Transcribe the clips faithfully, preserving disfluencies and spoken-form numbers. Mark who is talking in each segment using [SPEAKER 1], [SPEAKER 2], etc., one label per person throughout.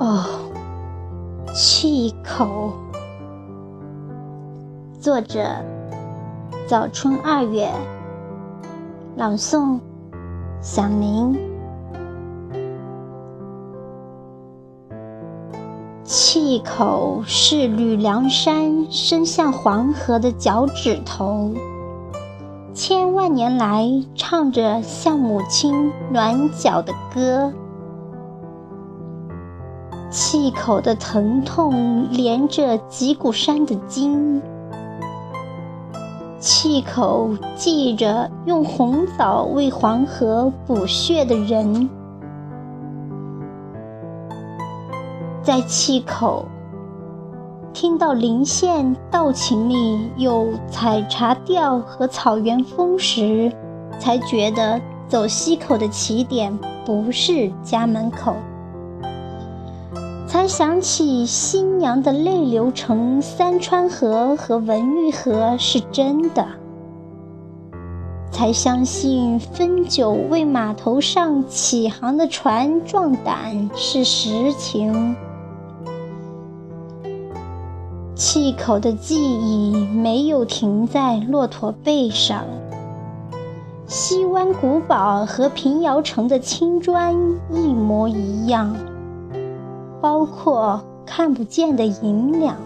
[SPEAKER 1] 哦，气口。作者：早春二月，朗诵：响铃。气口是吕梁山伸向黄河的脚趾头，千万年来唱着向母亲暖脚的歌。气口的疼痛连着脊骨山的筋，气口记着用红枣为黄河补血的人。在气口听到林县道情里有采茶调和草原风时，才觉得走溪口的起点不是家门口，才想起新娘的泪流成三川河和文玉河是真的，才相信分酒为码头上起航的船壮胆是实情。气口的记忆没有停在骆驼背上，西湾古堡和平遥城的青砖一模一样，包括看不见的银两。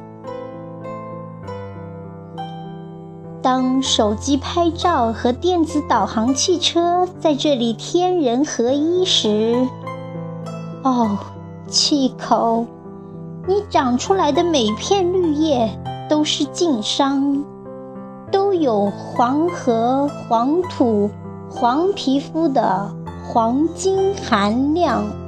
[SPEAKER 1] 当手机拍照和电子导航汽车在这里天人合一时，哦，气口，你长出来的每片绿叶都是晋商，都有黄河、黄土、黄皮肤的黄金含量。